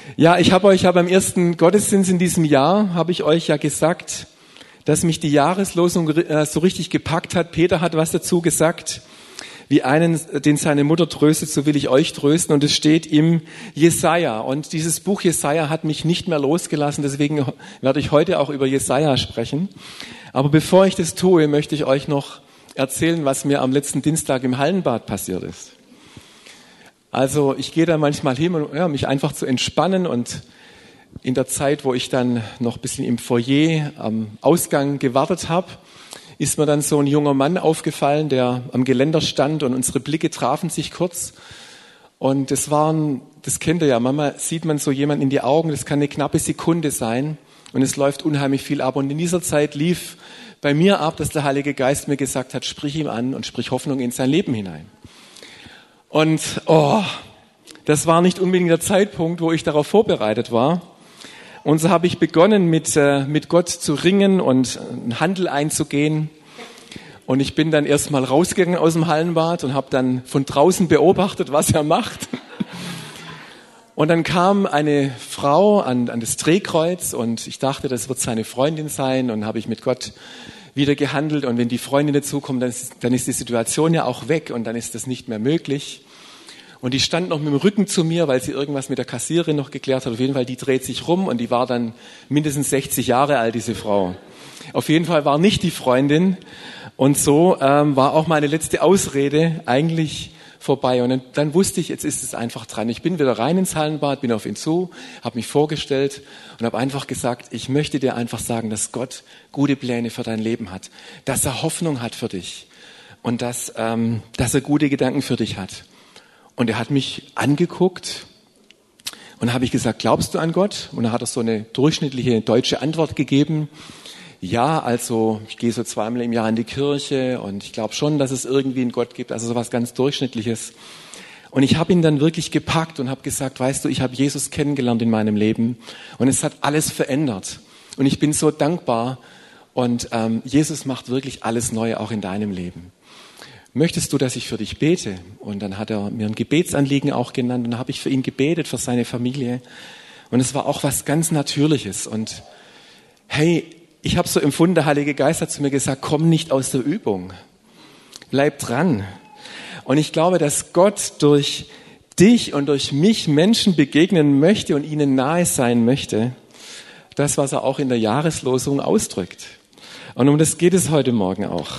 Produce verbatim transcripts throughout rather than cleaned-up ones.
Ja, ich habe euch ja beim ersten Gottesdienst in diesem Jahr, habe ich euch ja gesagt, dass mich die Jahreslosung äh, so richtig gepackt hat. Peter hat was dazu gesagt, wie einen, den seine Mutter tröstet, so will ich euch trösten. Und es steht im Jesaja. Und dieses Buch Jesaja hat mich nicht mehr losgelassen. Deswegen werde ich heute auch über Jesaja sprechen. Aber bevor ich das tue, möchte ich euch noch erzählen, was mir am letzten Dienstag im Hallenbad passiert ist. Also ich gehe da manchmal hin, um ja, mich einfach zu entspannen, und in der Zeit, wo ich dann noch ein bisschen im Foyer am Ausgang gewartet habe, ist mir dann so ein junger Mann aufgefallen, der am Geländer stand, und unsere Blicke trafen sich kurz. Und das waren, das kennt ihr ja, manchmal sieht man so jemand in die Augen, das kann eine knappe Sekunde sein, und es läuft unheimlich viel ab. Und in dieser Zeit lief bei mir ab, dass der Heilige Geist mir gesagt hat, sprich ihm an und sprich Hoffnung in sein Leben hinein. Und oh, das war nicht unbedingt der Zeitpunkt, wo ich darauf vorbereitet war. Und so habe ich begonnen, mit, äh, mit Gott zu ringen und einen Handel einzugehen. Und ich bin dann erstmal rausgegangen aus dem Hallenbad und habe dann von draußen beobachtet, was er macht. Und dann kam eine Frau an, an das Drehkreuz, und ich dachte, das wird seine Freundin sein, und habe ich mit Gott wieder gehandelt. Und wenn die Freundin dazukommt, dann ist, dann ist die Situation ja auch weg, und dann ist das nicht mehr möglich. Und die stand noch mit dem Rücken zu mir, weil sie irgendwas mit der Kassiererin noch geklärt hat. Auf jeden Fall, die dreht sich rum, und die war dann mindestens sechzig Jahre alt, diese Frau. Auf jeden Fall war nicht die Freundin. Und so ähm, war auch meine letzte Ausrede eigentlich vorbei. Und dann, dann wusste ich, jetzt ist es einfach dran. Ich bin wieder rein ins Hallenbad, bin auf ihn zu, habe mich vorgestellt und habe einfach gesagt, ich möchte dir einfach sagen, dass Gott gute Pläne für dein Leben hat, dass er Hoffnung hat für dich und dass, ähm, dass er gute Gedanken für dich hat. Und er hat mich angeguckt, und habe ich gesagt, glaubst du an Gott? Und dann hat er so eine durchschnittliche deutsche Antwort gegeben. Ja, also ich gehe so zweimal im Jahr in die Kirche, und ich glaube schon, dass es irgendwie einen Gott gibt, also sowas ganz Durchschnittliches. Und ich habe ihn dann wirklich gepackt und habe gesagt, weißt du, ich habe Jesus kennengelernt in meinem Leben, und es hat alles verändert. Und ich bin so dankbar, und ähm, Jesus macht wirklich alles neu, auch in deinem Leben. Möchtest du, dass ich für dich bete? Und dann hat er mir ein Gebetsanliegen auch genannt, und dann habe ich für ihn gebetet, für seine Familie. Und es war auch was ganz Natürliches. Und hey, ich habe so empfunden, der Heilige Geist hat zu mir gesagt, komm nicht aus der Übung, bleib dran. Und ich glaube, dass Gott durch dich und durch mich Menschen begegnen möchte und ihnen nahe sein möchte. Das, was er auch in der Jahreslosung ausdrückt. Und um das geht es heute Morgen auch.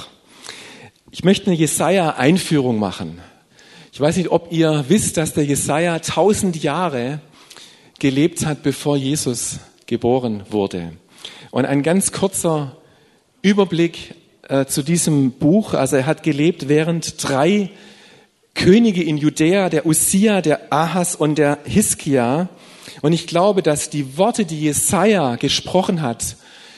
Ich möchte eine Jesaja-Einführung machen. Ich weiß nicht, ob ihr wisst, dass der Jesaja tausend Jahre gelebt hat, bevor Jesus geboren wurde. Und ein ganz kurzer Überblick äh, zu diesem Buch. Also er hat gelebt während drei Könige in Judäa, der Usia, der Ahas und der Hiskia. Und ich glaube, dass die Worte, die Jesaja gesprochen hat,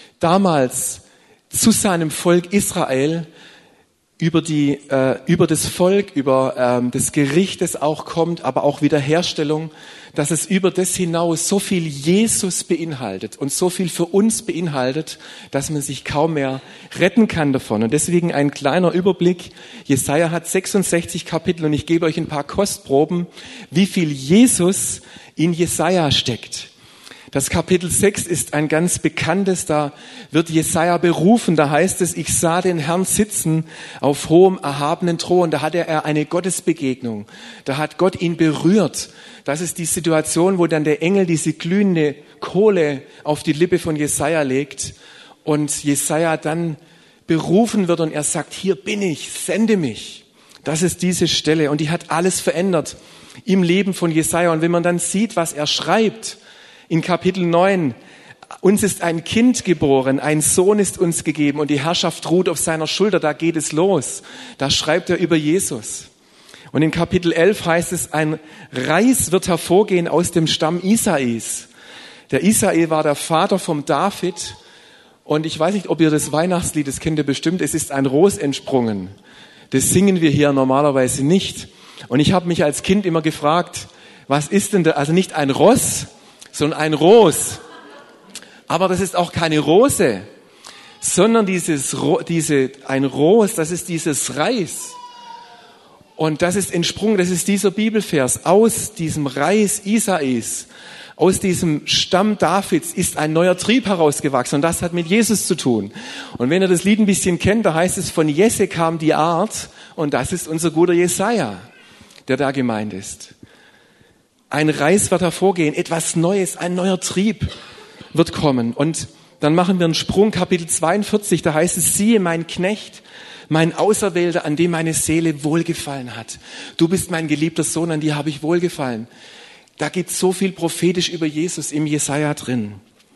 damals zu seinem Volk Israel, über die, äh, über das Volk, über ähm, das Gericht, das auch kommt, aber auch Wiederherstellung, dass es über das hinaus so viel Jesus beinhaltet und so viel für uns beinhaltet, dass man sich kaum mehr retten kann davon. Und deswegen ein kleiner Überblick. Jesaja hat sechsundsechzig Kapitel, und ich gebe euch ein paar Kostproben, wie viel Jesus in Jesaja steckt. Das Kapitel sechs ist ein ganz bekanntes, da wird Jesaja berufen, da heißt es, ich sah den Herrn sitzen auf hohem, erhabenen Thron, da hatte er eine Gottesbegegnung, da hat Gott ihn berührt. Das ist die Situation, wo dann der Engel diese glühende Kohle auf die Lippe von Jesaja legt und Jesaja dann berufen wird, und er sagt, hier bin ich, sende mich. Das ist diese Stelle, und die hat alles verändert im Leben von Jesaja. Und wenn man dann sieht, was er schreibt, in Kapitel neun, uns ist ein Kind geboren, ein Sohn ist uns gegeben, und die Herrschaft ruht auf seiner Schulter, da geht es los. Da schreibt er über Jesus. Und in Kapitel elf heißt es, ein Reis wird hervorgehen aus dem Stamm Isais. Der Isai war der Vater vom David, und ich weiß nicht, ob ihr das Weihnachtslied, das kennt ihr bestimmt, es ist ein Ros entsprungen. Das singen wir hier normalerweise nicht. Und ich habe mich als Kind immer gefragt, was ist denn da, also nicht ein Ross, sondern ein Ros. Aber das ist auch keine Rose, sondern dieses, diese, ein Ros, das ist dieses Reis. Und das ist entsprungen, das ist dieser Bibelvers aus diesem Reis Isais. Aus diesem Stamm Davids ist ein neuer Trieb herausgewachsen und das hat mit Jesus zu tun. Und wenn ihr das Lied ein bisschen kennt, da heißt es, von Jesse kam die Art und das ist unser guter Jesaja, der da gemeint ist. Ein Reis wird hervorgehen, etwas Neues, ein neuer Trieb wird kommen. Und dann machen wir einen Sprung, Kapitel zweiundvierzig, da heißt es, siehe mein Knecht, mein Auserwählter, an dem meine Seele wohlgefallen hat. Du bist mein geliebter Sohn, an dir habe ich wohlgefallen. Da gibt es so viel prophetisch über Jesus im Jesaja drin.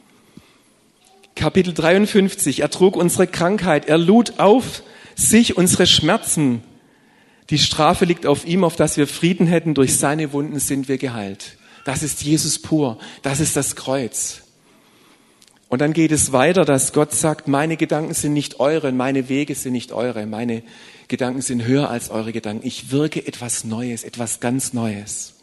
Kapitel dreiundfünfzig, er trug unsere Krankheit, er lud auf sich unsere Schmerzen. Die Strafe liegt auf ihm, auf dass wir Frieden hätten, durch seine Wunden sind wir geheilt. Das ist Jesus pur, das ist das Kreuz. Und dann geht es weiter, dass Gott sagt, meine Gedanken sind nicht eure, meine Wege sind nicht eure, meine Gedanken sind höher als eure Gedanken. Ich wirke etwas Neues, etwas ganz Neues.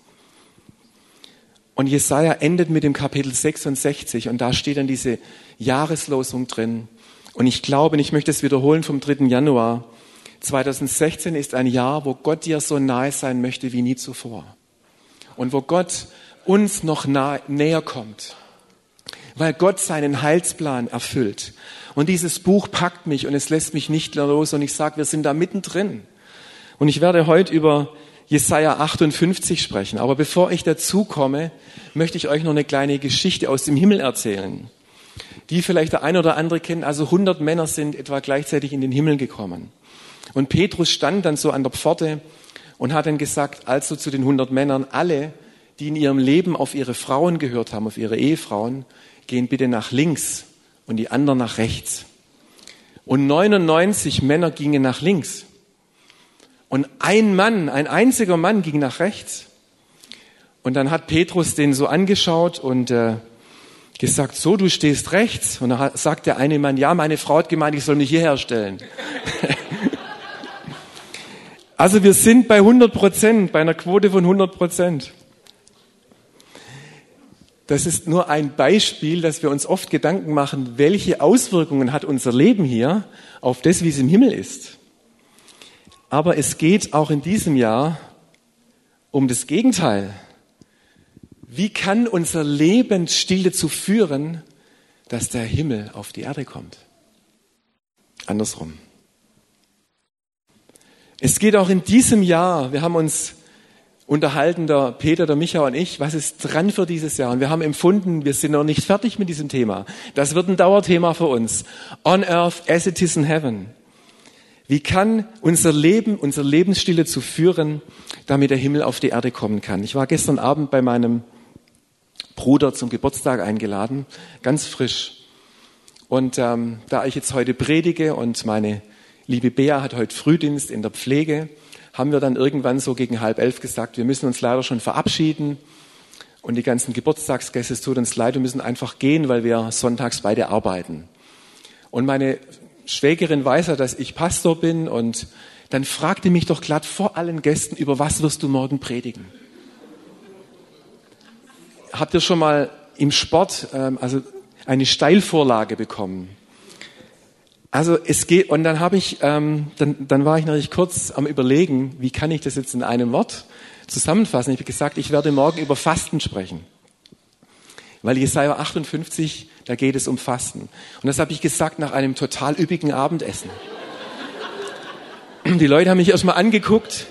Und Jesaja endet mit dem Kapitel sechsundsechzig und da steht dann diese Jahreslosung drin. Und ich glaube, und ich möchte es wiederholen vom dritten Januar, zweitausendsechzehn ist ein Jahr, wo Gott dir so nahe sein möchte wie nie zuvor. Und wo Gott uns noch nahe, näher kommt. Weil Gott seinen Heilsplan erfüllt. Und dieses Buch packt mich und es lässt mich nicht los und ich sage, wir sind da mittendrin. Und ich werde heute über Jesaja achtundfünfzig sprechen. Aber bevor ich dazu komme, möchte ich euch noch eine kleine Geschichte aus dem Himmel erzählen. Die vielleicht der eine oder andere kennt. Also hundert Männer sind etwa gleichzeitig in den Himmel gekommen. Und Petrus stand dann so an der Pforte und hat dann gesagt, also zu den hundert Männern, alle, die in ihrem Leben auf ihre Frauen gehört haben, auf ihre Ehefrauen, gehen bitte nach links und die anderen nach rechts. Und neunundneunzig Männer gingen nach links. Und ein Mann, ein einziger Mann ging nach rechts. Und dann hat Petrus den so angeschaut und äh, gesagt, so, du stehst rechts. Und dann sagt der eine Mann, ja, meine Frau hat gemeint, ich soll mich hierher stellen. Also wir sind bei hundert Prozent, bei einer Quote von hundert Prozent. Das ist nur ein Beispiel, dass wir uns oft Gedanken machen, welche Auswirkungen hat unser Leben hier auf das, wie es im Himmel ist. Aber es geht auch in diesem Jahr um das Gegenteil. Wie kann unser Lebensstil dazu führen, dass der Himmel auf die Erde kommt? Andersrum. Es geht auch in diesem Jahr, wir haben uns unterhalten, der Peter, der Micha und ich, was ist dran für dieses Jahr? Und wir haben empfunden, wir sind noch nicht fertig mit diesem Thema. Das wird ein Dauerthema für uns. On earth as it is in heaven. Wie kann unser Leben, unser Lebensstil dazu führen, damit der Himmel auf die Erde kommen kann? Ich war gestern Abend bei meinem Bruder zum Geburtstag eingeladen, ganz frisch. Und ähm, da ich jetzt heute predige und meine liebe Bea hat heute Frühdienst in der Pflege, haben wir dann irgendwann so gegen halb elf gesagt, wir müssen uns leider schon verabschieden und die ganzen Geburtstagsgäste, es tut uns leid, wir müssen einfach gehen, weil wir sonntags beide arbeiten. Und meine Schwägerin weiß ja, dass ich Pastor bin und dann fragte mich doch glatt vor allen Gästen, über was wirst du morgen predigen? Habt ihr schon mal im Sport ähm, also eine Steilvorlage bekommen? Also es geht, und dann habe ich, ähm, dann, dann war ich natürlich kurz am Überlegen, wie kann ich das jetzt in einem Wort zusammenfassen. Ich habe gesagt, ich werde morgen über Fasten sprechen. Weil Jesaja achtundfünfzig, da geht es um Fasten. Und das habe ich gesagt nach einem total üppigen Abendessen. Die Leute haben mich erstmal angeguckt.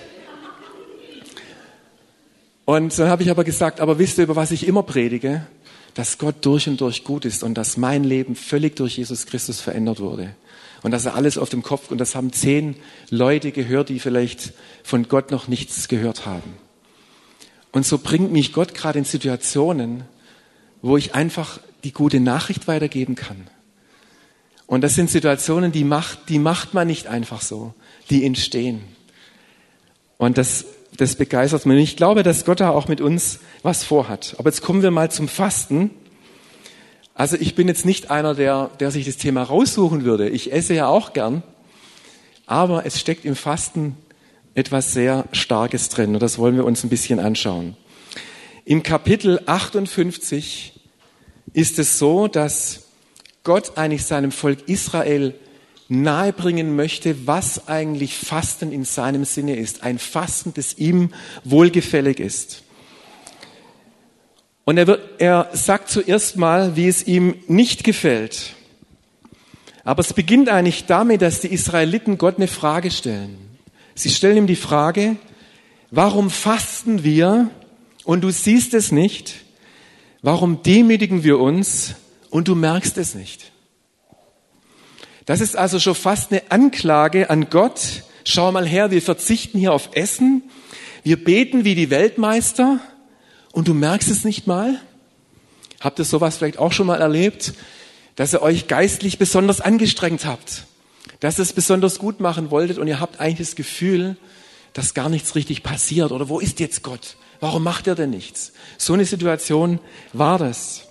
Und dann habe ich aber gesagt, aber wisst ihr, über was ich immer predige? Dass Gott durch und durch gut ist und dass mein Leben völlig durch Jesus Christus verändert wurde. Und dass er alles auf dem Kopf, und das haben zehn Leute gehört, die vielleicht von Gott noch nichts gehört haben. Und so bringt mich Gott gerade in Situationen, wo ich einfach die gute Nachricht weitergeben kann. Und das sind Situationen, die macht, die macht man nicht einfach so. Die entstehen. Und das, das begeistert mich. Ich glaube, dass Gott da auch mit uns was vorhat. Aber jetzt kommen wir mal zum Fasten. Also ich bin jetzt nicht einer, der, der sich das Thema raussuchen würde. Ich esse ja auch gern. Aber es steckt im Fasten etwas sehr Starkes drin. Und das wollen wir uns ein bisschen anschauen. Im Kapitel achtundfünfzig ist es so, dass Gott eigentlich seinem Volk Israel nahebringen möchte, was eigentlich Fasten in seinem Sinne ist. Ein Fasten, das ihm wohlgefällig ist. Und er, wird, er sagt zuerst mal, wie es ihm nicht gefällt. Aber es beginnt eigentlich damit, dass die Israeliten Gott eine Frage stellen. Sie stellen ihm die Frage, warum fasten wir und du siehst es nicht? Warum demütigen wir uns und du merkst es nicht? Das ist also schon fast eine Anklage an Gott. Schau mal her, wir verzichten hier auf Essen. Wir beten wie die Weltmeister und du merkst es nicht mal. Habt ihr sowas vielleicht auch schon mal erlebt, dass ihr euch geistlich besonders angestrengt habt, dass ihr es besonders gut machen wolltet und ihr habt eigentlich das Gefühl, dass gar nichts richtig passiert oder wo ist jetzt Gott? Warum macht er denn nichts? So eine Situation war das.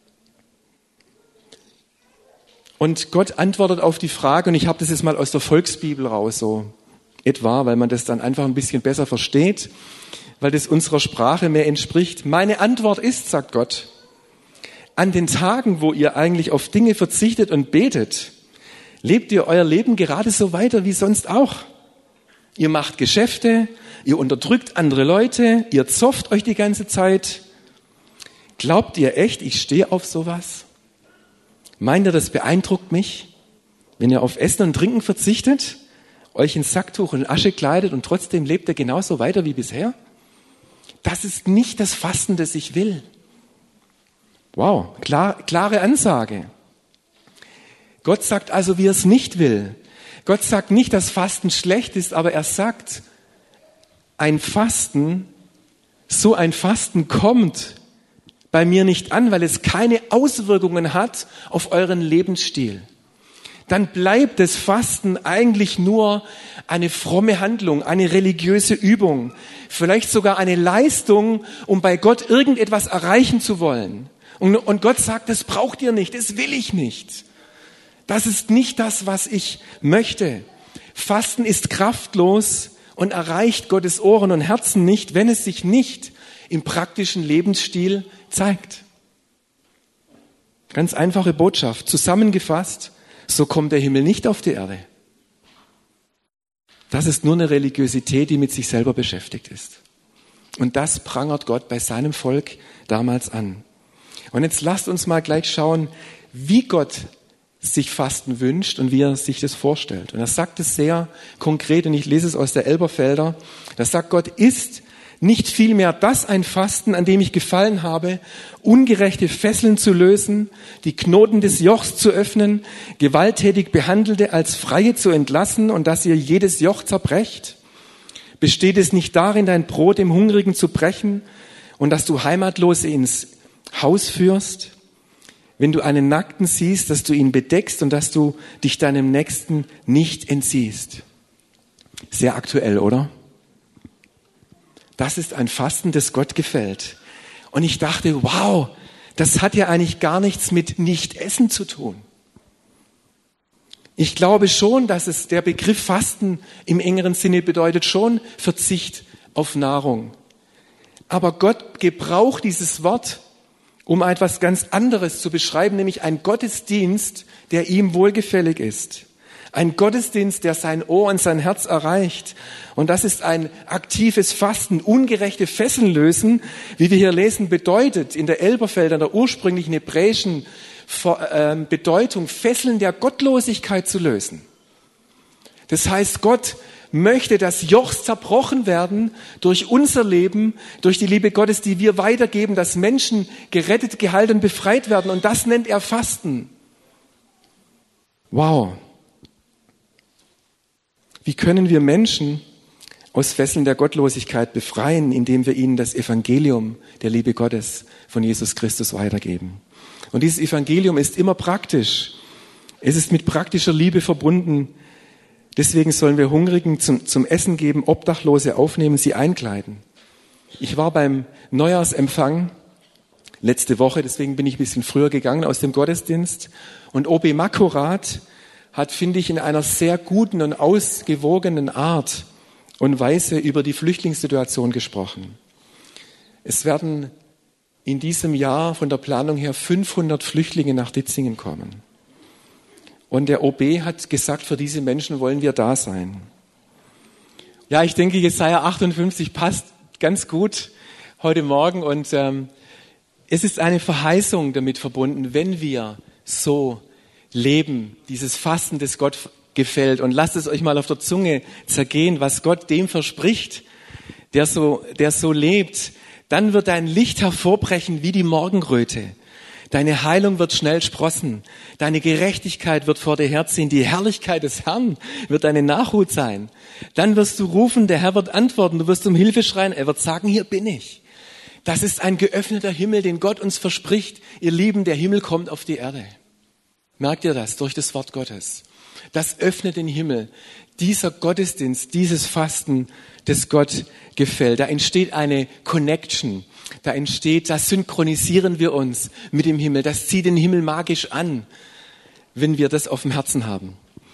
Und Gott antwortet auf die Frage, und ich habe das jetzt mal aus der Volksbibel raus, so etwa, weil man das dann einfach ein bisschen besser versteht, weil das unserer Sprache mehr entspricht. Meine Antwort ist, sagt Gott, an den Tagen, wo ihr eigentlich auf Dinge verzichtet und betet, lebt ihr euer Leben gerade so weiter wie sonst auch. Ihr macht Geschäfte, ihr unterdrückt andere Leute, ihr zofft euch die ganze Zeit. Glaubt ihr echt, ich stehe auf sowas? Meint ihr, das beeindruckt mich, wenn ihr auf Essen und Trinken verzichtet, euch in Sacktuch und Asche kleidet und trotzdem lebt ihr genauso weiter wie bisher? Das ist nicht das Fasten, das ich will. Wow, klar, klare Ansage. Gott sagt also, wie er es nicht will. Gott sagt nicht, dass Fasten schlecht ist, aber er sagt, ein Fasten, so ein Fasten kommt bei mir nicht an, weil es keine Auswirkungen hat auf euren Lebensstil. Dann bleibt das Fasten eigentlich nur eine fromme Handlung, eine religiöse Übung, vielleicht sogar eine Leistung, um bei Gott irgendetwas erreichen zu wollen. Und, und Gott sagt, das braucht ihr nicht, das will ich nicht. Das ist nicht das, was ich möchte. Fasten ist kraftlos und erreicht Gottes Ohren und Herzen nicht, wenn es sich nicht im praktischen Lebensstil zeigt. Ganz einfache Botschaft. Zusammengefasst, so kommt der Himmel nicht auf die Erde. Das ist nur eine Religiosität, die mit sich selber beschäftigt ist. Und das prangert Gott bei seinem Volk damals an. Und jetzt lasst uns mal gleich schauen, wie Gott sich Fasten wünscht und wie er sich das vorstellt. Und er sagt es sehr konkret, und ich lese es aus der Elberfelder. Da sagt Gott, ist nicht vielmehr das ein Fasten, an dem ich gefallen habe, ungerechte Fesseln zu lösen, die Knoten des Jochs zu öffnen, gewalttätig Behandelte als Freie zu entlassen und dass ihr jedes Joch zerbrecht? Besteht es nicht darin, dein Brot dem Hungrigen zu brechen und dass du Heimatlose ins Haus führst? Wenn du einen Nackten siehst, dass du ihn bedeckst und dass du dich deinem Nächsten nicht entziehst. Sehr aktuell, oder? Das ist ein Fasten, das Gott gefällt. Und ich dachte, wow, das hat ja eigentlich gar nichts mit Nicht-Essen zu tun. Ich glaube schon, dass es der Begriff Fasten im engeren Sinne bedeutet schon Verzicht auf Nahrung. Aber Gott gebraucht dieses Wort, um etwas ganz anderes zu beschreiben, nämlich ein Gottesdienst, der ihm wohlgefällig ist. Ein Gottesdienst, der sein Ohr und sein Herz erreicht. Und das ist ein aktives Fasten, ungerechte Fesseln lösen, wie wir hier lesen, bedeutet in der Elberfelder, der ursprünglichen hebräischen Bedeutung, Fesseln der Gottlosigkeit zu lösen. Das heißt, Gott möchte, dass Jochs zerbrochen werden durch unser Leben, durch die Liebe Gottes, die wir weitergeben, dass Menschen gerettet, geheilt und befreit werden. Und das nennt er Fasten. Wow. Wie können wir Menschen aus Fesseln der Gottlosigkeit befreien, indem wir ihnen das Evangelium der Liebe Gottes von Jesus Christus weitergeben? Und dieses Evangelium ist immer praktisch. Es ist mit praktischer Liebe verbunden. Deswegen sollen wir Hungrigen zum, zum Essen geben, Obdachlose aufnehmen, sie einkleiden. Ich war beim Neujahrsempfang letzte Woche, deswegen bin ich ein bisschen früher gegangen aus dem Gottesdienst. Und O B Makorat hat, finde ich, in einer sehr guten und ausgewogenen Art und Weise über die Flüchtlingssituation gesprochen. Es werden in diesem Jahr von der Planung her fünfhundert Flüchtlinge nach Ditzingen kommen. Und der O B hat gesagt, für diese Menschen wollen wir da sein. Ja, ich denke, Jesaja achtundfünfzig passt ganz gut heute Morgen. Und ähm, es ist eine Verheißung damit verbunden, wenn wir so leben, dieses Fasten, das Gott gefällt. Und lasst es euch mal auf der Zunge zergehen, was Gott dem verspricht, der so, der so lebt. Dann wird dein Licht hervorbrechen wie die Morgenröte. Deine Heilung wird schnell sprossen. Deine Gerechtigkeit wird vor dir herziehen. Die Herrlichkeit des Herrn wird deine Nachhut sein. Dann wirst du rufen, der Herr wird antworten. Du wirst um Hilfe schreien. Er wird sagen, hier bin ich. Das ist ein geöffneter Himmel, den Gott uns verspricht. Ihr Lieben, der Himmel kommt auf die Erde. Merkt ihr das durch das Wort Gottes? Das öffnet den Himmel. Dieser Gottesdienst, dieses Fasten, das Gott gefällt. Da entsteht eine Connection. Da entsteht, da synchronisieren wir uns mit dem Himmel. Das zieht den Himmel magisch an, wenn wir das auf dem Herzen haben.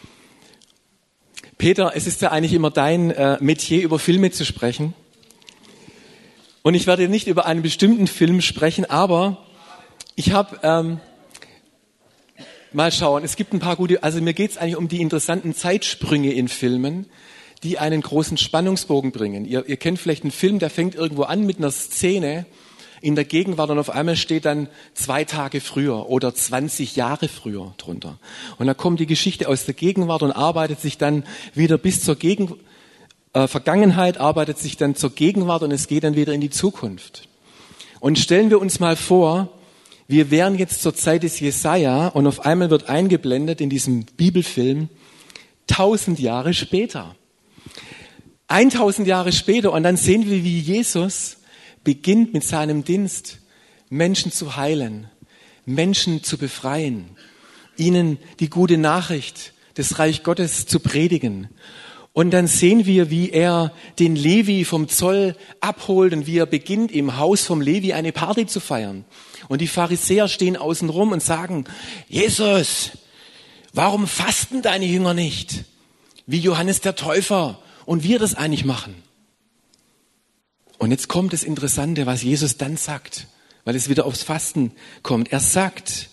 Peter, es ist ja eigentlich immer dein äh, Metier, über Filme zu sprechen. Und ich werde nicht über einen bestimmten Film sprechen, aber ich habe, ähm, mal schauen, es gibt ein paar gute, also mir geht es eigentlich um die interessanten Zeitsprünge in Filmen, die einen großen Spannungsbogen bringen. Ihr, ihr kennt vielleicht einen Film, der fängt irgendwo an mit einer Szene in der Gegenwart und auf einmal steht dann zwei Tage früher oder zwanzig Jahre früher drunter. Und da kommt die Geschichte aus der Gegenwart und arbeitet sich dann wieder bis zur Gegen, äh, Vergangenheit, arbeitet sich dann zur Gegenwart und es geht dann wieder in die Zukunft. Und stellen wir uns mal vor, wir wären jetzt zur Zeit des Jesaja und auf einmal wird eingeblendet in diesem Bibelfilm tausend Jahre später. Eintausend Jahre später und dann sehen wir, wie Jesus beginnt mit seinem Dienst, Menschen zu heilen, Menschen zu befreien, ihnen die gute Nachricht des Reich Gottes zu predigen. Und dann sehen wir, wie er den Levi vom Zoll abholt und wie er beginnt, im Haus vom Levi eine Party zu feiern. Und die Pharisäer stehen außen rum und sagen, Jesus, warum fasten deine Jünger nicht, wie Johannes der Täufer und wir das eigentlich machen? Und jetzt kommt das Interessante, was Jesus dann sagt, weil es wieder aufs Fasten kommt. Er sagt,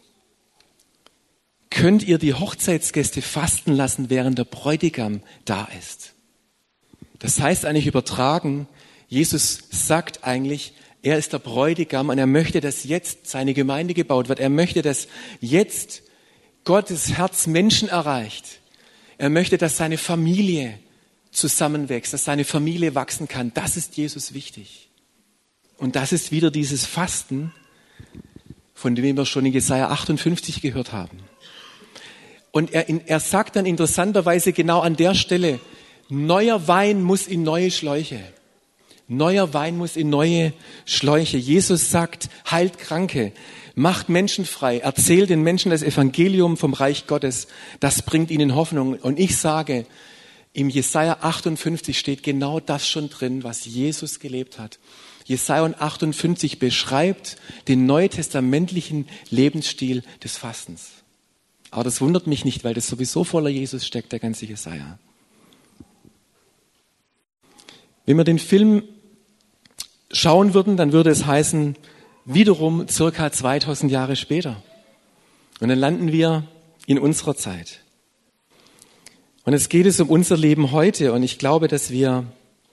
könnt ihr die Hochzeitsgäste fasten lassen, während der Bräutigam da ist? Das heißt eigentlich übertragen, Jesus sagt eigentlich, er ist der Bräutigam und er möchte, dass jetzt seine Gemeinde gebaut wird. Er möchte, dass jetzt Gottes Herz Menschen erreicht. Er möchte, dass seine Familie zusammenwächst, dass seine Familie wachsen kann. Das ist Jesus wichtig. Und das ist wieder dieses Fasten, von dem wir schon in Jesaja achtundfünfzig gehört haben. Und er, er sagt dann interessanterweise genau an der Stelle, neuer Wein muss in neue Schläuche. Neuer Wein muss in neue Schläuche. Jesus sagt, heilt Kranke, macht Menschen frei, erzählt den Menschen das Evangelium vom Reich Gottes. Das bringt ihnen Hoffnung. Und ich sage, im Jesaja achtundfünfzig steht genau das schon drin, was Jesus gelebt hat. Jesaja achtundfünfzig beschreibt den neutestamentlichen Lebensstil des Fastens. Aber das wundert mich nicht, weil das sowieso voller Jesus steckt, der ganze Jesaja. Wenn wir den Film schauen würden, dann würde es heißen, wiederum circa zweitausend Jahre später. Und dann landen wir in unserer Zeit. Und es geht es um unser Leben heute. Und ich glaube, dass wir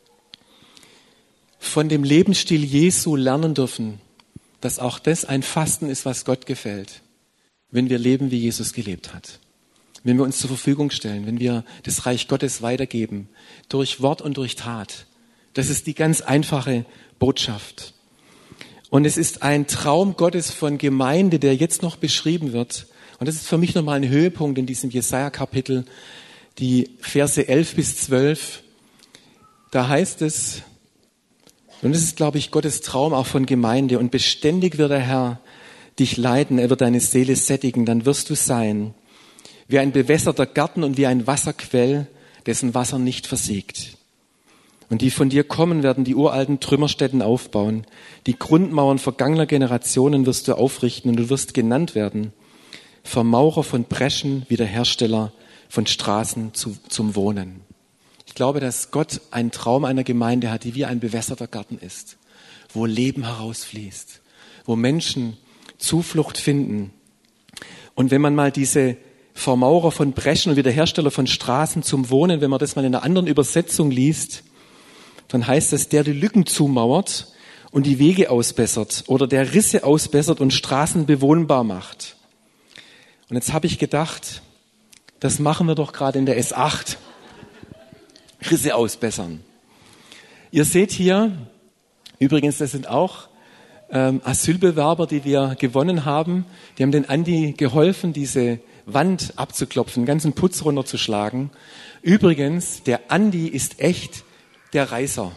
von dem Lebensstil Jesu lernen dürfen, dass auch das ein Fasten ist, was Gott gefällt, wenn wir leben, wie Jesus gelebt hat. Wenn wir uns zur Verfügung stellen, wenn wir das Reich Gottes weitergeben, durch Wort und durch Tat. Das ist die ganz einfache Botschaft. Und es ist ein Traum Gottes von Gemeinde, der jetzt noch beschrieben wird. Und das ist für mich nochmal ein Höhepunkt in diesem Jesaja-Kapitel, die Verse elf bis zwölf. Da heißt es, und das ist, glaube ich, Gottes Traum auch von Gemeinde, und beständig wird der Herr dich leiten, er wird deine Seele sättigen, dann wirst du sein wie ein bewässerter Garten und wie ein Wasserquell, dessen Wasser nicht versiegt. Und die von dir kommen, werden die uralten Trümmerstätten aufbauen. Die Grundmauern vergangener Generationen wirst du aufrichten und du wirst genannt werden. Vermaurer von Breschen, Wiederhersteller von Straßen zu, zum Wohnen. Ich glaube, dass Gott einen Traum einer Gemeinde hat, die wie ein bewässerter Garten ist, wo Leben herausfließt, wo Menschen Zuflucht finden. Und wenn man mal diese Vermaurer von Breschen und Wiederhersteller von Straßen zum Wohnen, wenn man das mal in einer anderen Übersetzung liest, dann heißt es, der die Lücken zumauert und die Wege ausbessert oder der Risse ausbessert und Straßen bewohnbar macht. Und jetzt habe ich gedacht, das machen wir doch gerade in der S acht. Risse ausbessern. Ihr seht hier, übrigens, das sind auch ähm, Asylbewerber, die wir gewonnen haben. Die haben den Andi geholfen, diese Wand abzuklopfen, den ganzen Putz runterzuschlagen. Übrigens, der Andi ist echt der Reißer.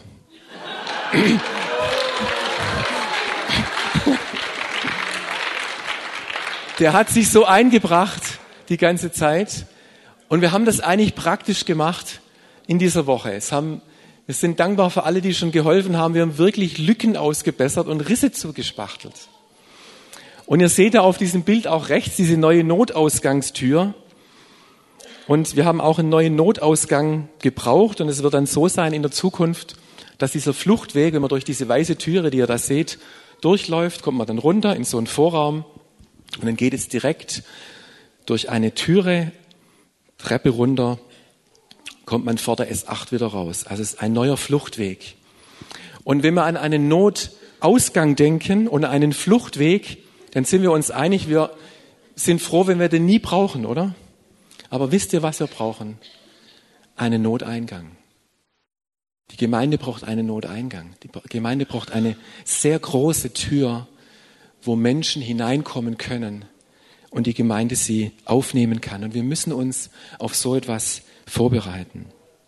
Der hat sich so eingebracht die ganze Zeit. Und wir haben das eigentlich praktisch gemacht in dieser Woche. Es haben, wir sind dankbar für alle, die schon geholfen haben. Wir haben wirklich Lücken ausgebessert und Risse zugespachtelt. Und ihr seht da auf diesem Bild auch rechts diese neue Notausgangstür. Und wir haben auch einen neuen Notausgang gebraucht. Und es wird dann so sein in der Zukunft, dass dieser Fluchtweg, wenn man durch diese weiße Türe, die ihr da seht, durchläuft, kommt man dann runter in so einen Vorraum. Und dann geht es direkt durch eine Türe, Treppe runter, kommt man vor der S acht wieder raus. Also es ist ein neuer Fluchtweg. Und wenn wir an einen Notausgang denken und einen Fluchtweg, dann sind wir uns einig, wir sind froh, wenn wir den nie brauchen, oder? Aber wisst ihr, was wir brauchen? Einen Noteingang. Die Gemeinde braucht einen Noteingang. Die Gemeinde braucht eine sehr große Tür, wo Menschen hineinkommen können und die Gemeinde sie aufnehmen kann. Und wir müssen uns auf so etwas vorbereiten.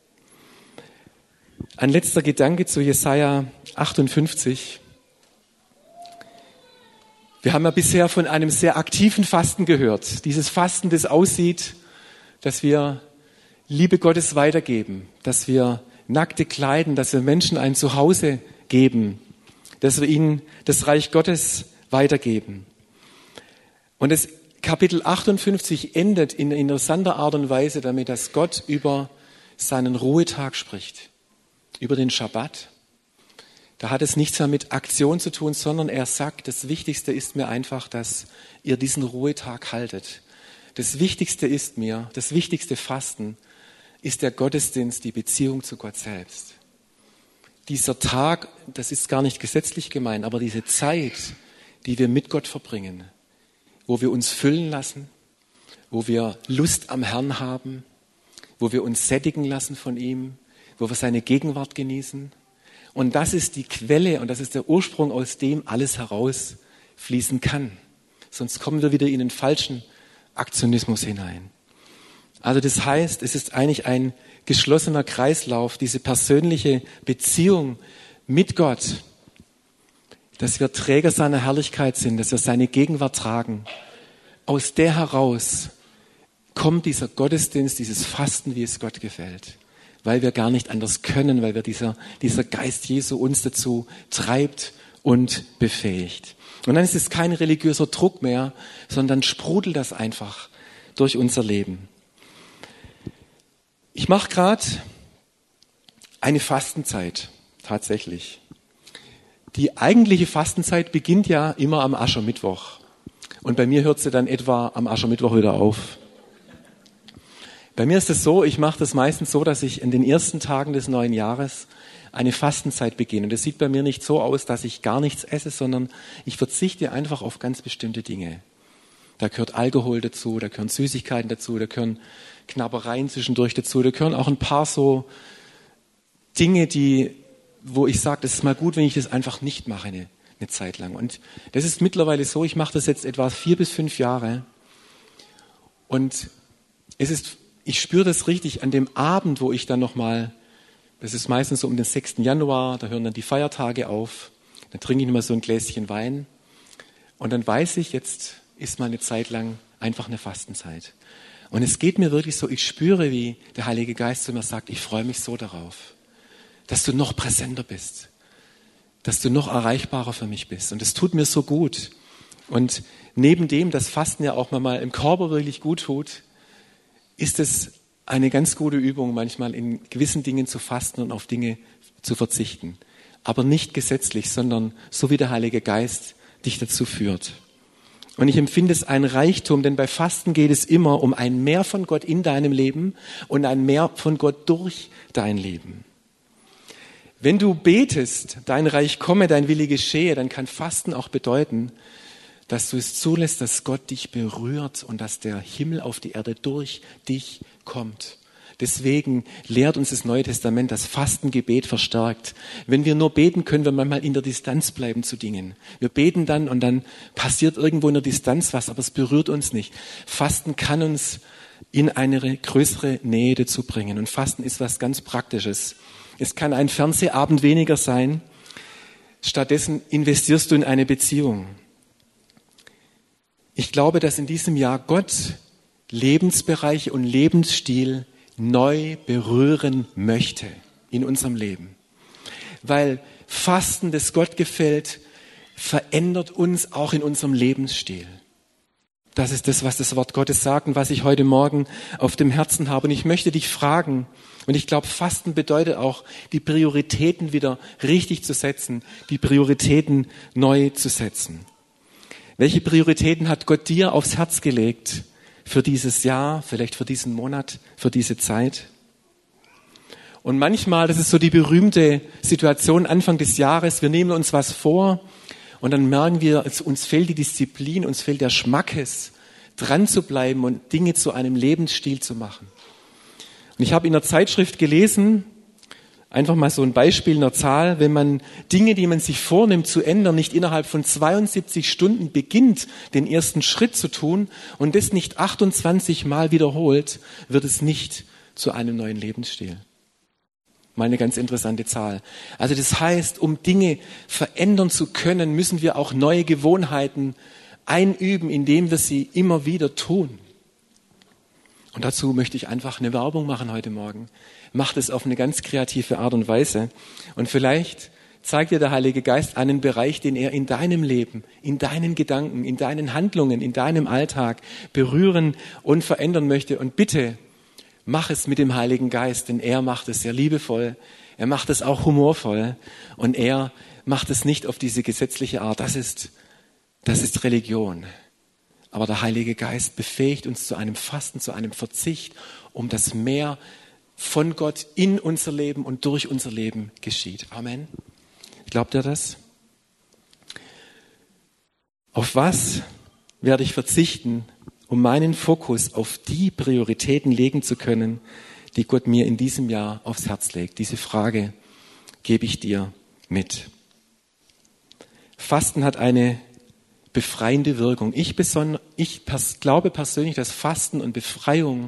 Ein letzter Gedanke zu Jesaja achtundfünfzig. Wir haben ja bisher von einem sehr aktiven Fasten gehört. Dieses Fasten, das aussieht, dass wir Liebe Gottes weitergeben, dass wir Nackte kleiden, dass wir Menschen ein Zuhause geben, dass wir ihnen das Reich Gottes weitergeben. Und das Kapitel achtundfünfzig endet in interessanter Art und Weise damit, dass Gott über seinen Ruhetag spricht, über den Schabbat. Da hat es nichts mehr mit Aktion zu tun, sondern er sagt, das Wichtigste ist mir einfach, dass ihr diesen Ruhetag haltet. Das Wichtigste ist mir, das wichtigste Fasten ist der Gottesdienst, die Beziehung zu Gott selbst. Dieser Tag, das ist gar nicht gesetzlich gemeint, aber diese Zeit, die wir mit Gott verbringen, wo wir uns füllen lassen, wo wir Lust am Herrn haben, wo wir uns sättigen lassen von ihm, wo wir seine Gegenwart genießen. Und das ist die Quelle und das ist der Ursprung, aus dem alles herausfließen kann. Sonst kommen wir wieder in den falschen Aktionismus hinein. Also das heißt, es ist eigentlich ein geschlossener Kreislauf, diese persönliche Beziehung mit Gott, dass wir Träger seiner Herrlichkeit sind, dass wir seine Gegenwart tragen. Aus der heraus kommt dieser Gottesdienst, dieses Fasten, wie es Gott gefällt. Weil wir gar nicht anders können, weil wir dieser, dieser Geist Jesu uns dazu treibt und befähigt. Und dann ist es kein religiöser Druck mehr, sondern sprudelt das einfach durch unser Leben. Ich mache gerade eine Fastenzeit, tatsächlich. Die eigentliche Fastenzeit beginnt ja immer am Aschermittwoch. Und bei mir hört sie dann etwa am Aschermittwoch wieder auf. Bei mir ist es so, ich mache das meistens so, dass ich in den ersten Tagen des neuen Jahres eine Fastenzeit beginne. Und das sieht bei mir nicht so aus, dass ich gar nichts esse, sondern ich verzichte einfach auf ganz bestimmte Dinge. Da gehört Alkohol dazu, da gehören Süßigkeiten dazu, da gehören Knabbereien zwischendurch dazu, da gehören auch ein paar so Dinge, die, wo ich sage, das ist mal gut, wenn ich das einfach nicht mache eine, eine Zeit lang. Und das ist mittlerweile so, ich mache das jetzt etwa vier bis fünf Jahre. Und es ist, ich spüre das richtig an dem Abend, wo ich dann nochmal, das ist meistens so um den sechsten Januar, da hören dann die Feiertage auf, dann trinke ich nochmal so ein Gläschen Wein und dann weiß ich, jetzt ist mal eine Zeit lang einfach eine Fastenzeit. Und es geht mir wirklich so, ich spüre, wie der Heilige Geist zu mir sagt, ich freue mich so darauf, dass du noch präsenter bist, dass du noch erreichbarer für mich bist. Und es tut mir so gut. Und neben dem, dass Fasten ja auch mal im Körper wirklich gut tut, ist es eine ganz gute Übung, manchmal in gewissen Dingen zu fasten und auf Dinge zu verzichten. Aber nicht gesetzlich, sondern so wie der Heilige Geist dich dazu führt. Und ich empfinde es ein Reichtum, denn bei Fasten geht es immer um ein Mehr von Gott in deinem Leben und ein Mehr von Gott durch dein Leben. Wenn du betest, dein Reich komme, dein Wille geschehe, dann kann Fasten auch bedeuten, dass du es zulässt, dass Gott dich berührt und dass der Himmel auf die Erde durch dich kommt. Deswegen lehrt uns das Neue Testament, das Fastengebet verstärkt. Wenn wir nur beten, können wir manchmal in der Distanz bleiben zu Dingen. Wir beten dann und dann passiert irgendwo in der Distanz was, aber es berührt uns nicht. Fasten kann uns in eine größere Nähe dazu bringen. Und Fasten ist was ganz Praktisches. Es kann ein Fernsehabend weniger sein. Stattdessen investierst du in eine Beziehung. Ich glaube, dass in diesem Jahr Gott Lebensbereiche und Lebensstil neu berühren möchte in unserem Leben. Weil Fasten, das Gott gefällt, verändert uns auch in unserem Lebensstil. Das ist das, was das Wort Gottes sagt und was ich heute Morgen auf dem Herzen habe. Und ich möchte dich fragen, und ich glaube, Fasten bedeutet auch, die Prioritäten wieder richtig zu setzen, die Prioritäten neu zu setzen. Welche Prioritäten hat Gott dir aufs Herz gelegt für dieses Jahr, vielleicht für diesen Monat, für diese Zeit? Und manchmal, das ist so die berühmte Situation Anfang des Jahres, wir nehmen uns was vor und dann merken wir, uns fehlt die Disziplin, uns fehlt der Schmackes, dran zu bleiben und Dinge zu einem Lebensstil zu machen. Und ich habe in der Zeitschrift gelesen, einfach mal so ein Beispiel in der Zahl, wenn man Dinge, die man sich vornimmt zu ändern, nicht innerhalb von zweiundsiebzig Stunden beginnt, den ersten Schritt zu tun und das nicht achtundzwanzig Mal wiederholt, wird es nicht zu einem neuen Lebensstil. Mal eine ganz interessante Zahl. Also das heißt, um Dinge verändern zu können, müssen wir auch neue Gewohnheiten einüben, indem wir sie immer wieder tun. Und dazu möchte ich einfach eine Werbung machen heute Morgen. Macht es auf eine ganz kreative Art und Weise. Und vielleicht zeigt dir der Heilige Geist einen Bereich, den er in deinem Leben, in deinen Gedanken, in deinen Handlungen, in deinem Alltag berühren und verändern möchte. Und bitte, mach es mit dem Heiligen Geist, denn er macht es sehr liebevoll. Er macht es auch humorvoll. Und er macht es nicht auf diese gesetzliche Art. Das ist, das ist Religion. Aber der Heilige Geist befähigt uns zu einem Fasten, zu einem Verzicht, um das mehr von Gott in unser Leben und durch unser Leben geschieht. Amen. Glaubt ihr das? Auf was werde ich verzichten, um meinen Fokus auf die Prioritäten legen zu können, die Gott mir in diesem Jahr aufs Herz legt? Diese Frage gebe ich dir mit. Fasten hat eine befreiende Wirkung. Ich, beson- ich pers- glaube persönlich, dass Fasten und Befreiung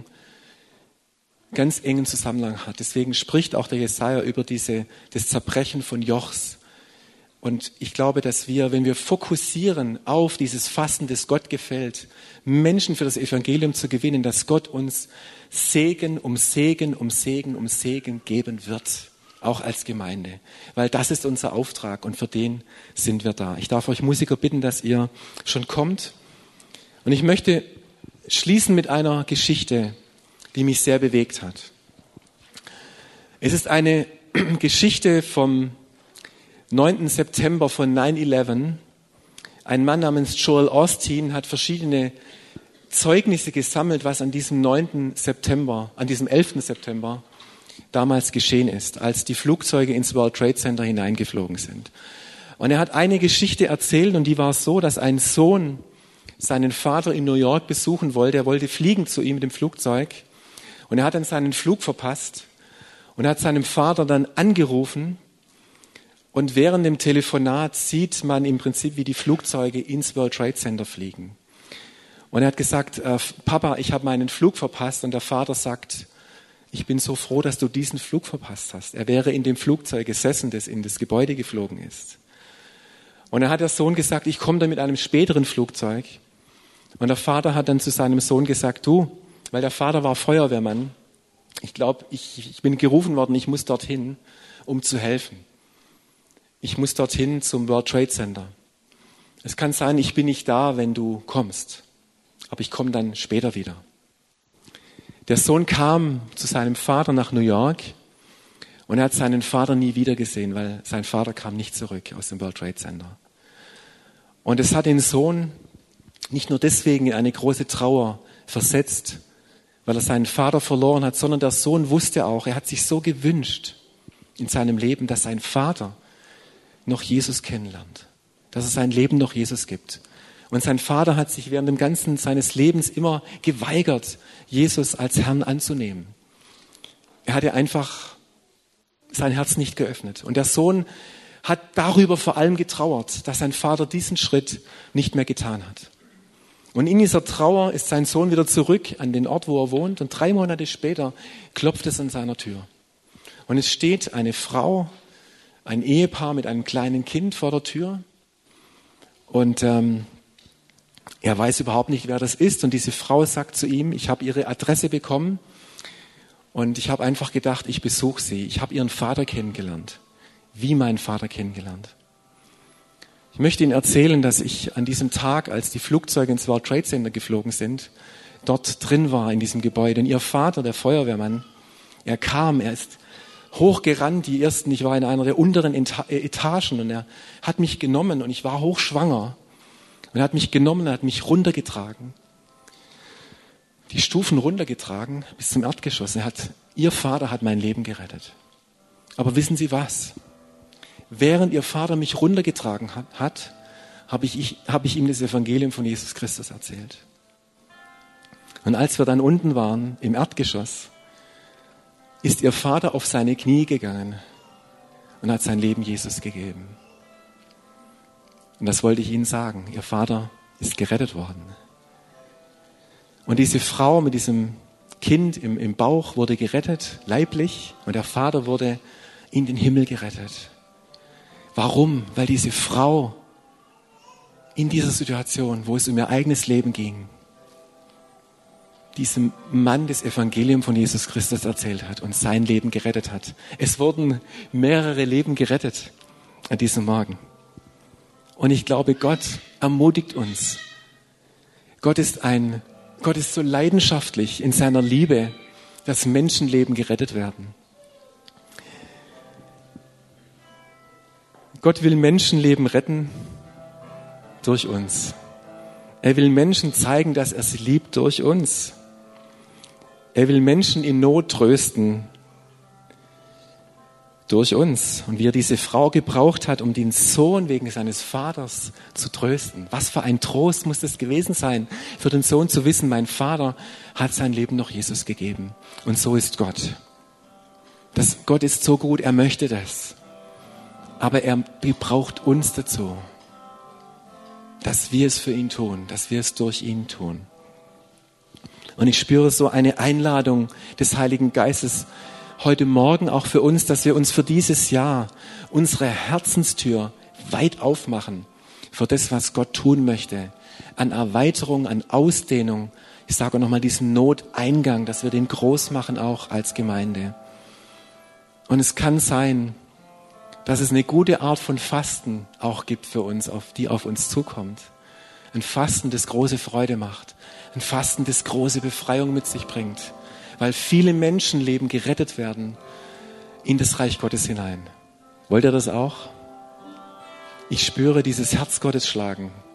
ganz engen Zusammenhang hat. Deswegen spricht auch der Jesaja über diese, das Zerbrechen von Jochs. Und ich glaube, dass wir, wenn wir fokussieren auf dieses Fasten, das Gott gefällt, Menschen für das Evangelium zu gewinnen, dass Gott uns Segen um Segen um Segen um Segen geben wird. Auch als Gemeinde, weil das ist unser Auftrag und für den sind wir da. Ich darf euch Musiker bitten, dass ihr schon kommt. Und ich möchte schließen mit einer Geschichte, die mich sehr bewegt hat. Es ist eine Geschichte vom neunten September von neun elf. Ein Mann namens Joel Osteen hat verschiedene Zeugnisse gesammelt, was an diesem neunten September, an diesem elften September damals geschehen ist, als die Flugzeuge ins World Trade Center hineingeflogen sind. Und er hat eine Geschichte erzählt und die war so, dass ein Sohn seinen Vater in New York besuchen wollte. Er wollte fliegen zu ihm mit dem Flugzeug und er hat dann seinen Flug verpasst und hat seinem Vater dann angerufen und während dem Telefonat sieht man im Prinzip, wie die Flugzeuge ins World Trade Center fliegen. Und er hat gesagt, äh, Papa, ich habe meinen Flug verpasst und der Vater sagt, ich bin so froh, dass du diesen Flug verpasst hast. Er wäre in dem Flugzeug gesessen, das in das Gebäude geflogen ist. Und dann hat der Sohn gesagt, ich komme dann mit einem späteren Flugzeug. Und der Vater hat dann zu seinem Sohn gesagt, du, weil der Vater war Feuerwehrmann, ich glaube, ich, ich bin gerufen worden, ich muss dorthin, um zu helfen. Ich muss dorthin zum World Trade Center. Es kann sein, ich bin nicht da, wenn du kommst, aber ich komme dann später wieder. Der Sohn kam zu seinem Vater nach New York und er hat seinen Vater nie wieder gesehen, weil sein Vater kam nicht zurück aus dem World Trade Center. Und es hat den Sohn nicht nur deswegen in eine große Trauer versetzt, weil er seinen Vater verloren hat, sondern der Sohn wusste auch, er hat sich so gewünscht, in seinem Leben, dass sein Vater noch Jesus kennenlernt, dass es sein Leben noch Jesus gibt. Und sein Vater hat sich während dem ganzen seines Lebens immer geweigert, Jesus als Herrn anzunehmen. Er hatte einfach sein Herz nicht geöffnet. Und der Sohn hat darüber vor allem getrauert, dass sein Vater diesen Schritt nicht mehr getan hat. Und in dieser Trauer ist sein Sohn wieder zurück an den Ort, wo er wohnt. Und drei Monate später klopft es an seiner Tür. Und es steht eine Frau, ein Ehepaar mit einem kleinen Kind vor der Tür. Und ähm, er weiß überhaupt nicht, wer das ist. Und diese Frau sagt zu ihm, ich habe ihre Adresse bekommen und ich habe einfach gedacht, ich besuche sie. Ich habe ihren Vater kennengelernt, wie meinen Vater kennengelernt. Ich möchte Ihnen erzählen, dass ich an diesem Tag, als die Flugzeuge ins World Trade Center geflogen sind, dort drin war in diesem Gebäude. Und ihr Vater, der Feuerwehrmann, er kam, er ist hochgerannt, die ersten, ich war in einer der unteren Etagen und er hat mich genommen und ich war hochschwanger. Und er hat mich genommen, er hat mich runtergetragen. Die Stufen runtergetragen bis zum Erdgeschoss. Er hat, ihr Vater hat mein Leben gerettet. Aber wissen Sie was? Während ihr Vater mich runtergetragen hat, hat habe ich, ich, habe ich ihm das Evangelium von Jesus Christus erzählt. Und als wir dann unten waren, im Erdgeschoss, ist ihr Vater auf seine Knie gegangen und hat sein Leben Jesus gegeben. Und das wollte ich Ihnen sagen. Ihr Vater ist gerettet worden. Und diese Frau mit diesem Kind im, im Bauch wurde gerettet, leiblich. Und der Vater wurde in den Himmel gerettet. Warum? Weil diese Frau in dieser Situation, wo es um ihr eigenes Leben ging, diesem Mann das Evangelium von Jesus Christus erzählt hat und sein Leben gerettet hat. Es wurden mehrere Leben gerettet an diesem Morgen. Und ich glaube, Gott ermutigt uns. Gott ist ein, Gott ist so leidenschaftlich in seiner Liebe, dass Menschenleben gerettet werden. Gott will Menschenleben retten durch uns. Er will Menschen zeigen, dass er sie liebt durch uns. Er will Menschen in Not trösten durch uns. Und wie er diese Frau gebraucht hat, um den Sohn wegen seines Vaters zu trösten. Was für ein Trost muss das gewesen sein, für den Sohn zu wissen, mein Vater hat sein Leben noch Jesus gegeben. Und so ist Gott. Das, Gott ist so gut, er möchte das. Aber er braucht uns dazu, dass wir es für ihn tun, dass wir es durch ihn tun. Und ich spüre so eine Einladung des Heiligen Geistes heute Morgen auch für uns, dass wir uns für dieses Jahr unsere Herzenstür weit aufmachen für das, was Gott tun möchte. An Erweiterung, an Ausdehnung. Ich sage auch nochmal diesen Noteingang, dass wir den groß machen auch als Gemeinde. Und es kann sein, dass es eine gute Art von Fasten auch gibt für uns, auf die auf uns zukommt. Ein Fasten, das große Freude macht. Ein Fasten, das große Befreiung mit sich bringt. Weil viele Menschenleben gerettet werden in das Reich Gottes hinein. Wollt ihr das auch? Ich spüre dieses Herz Gottes schlagen.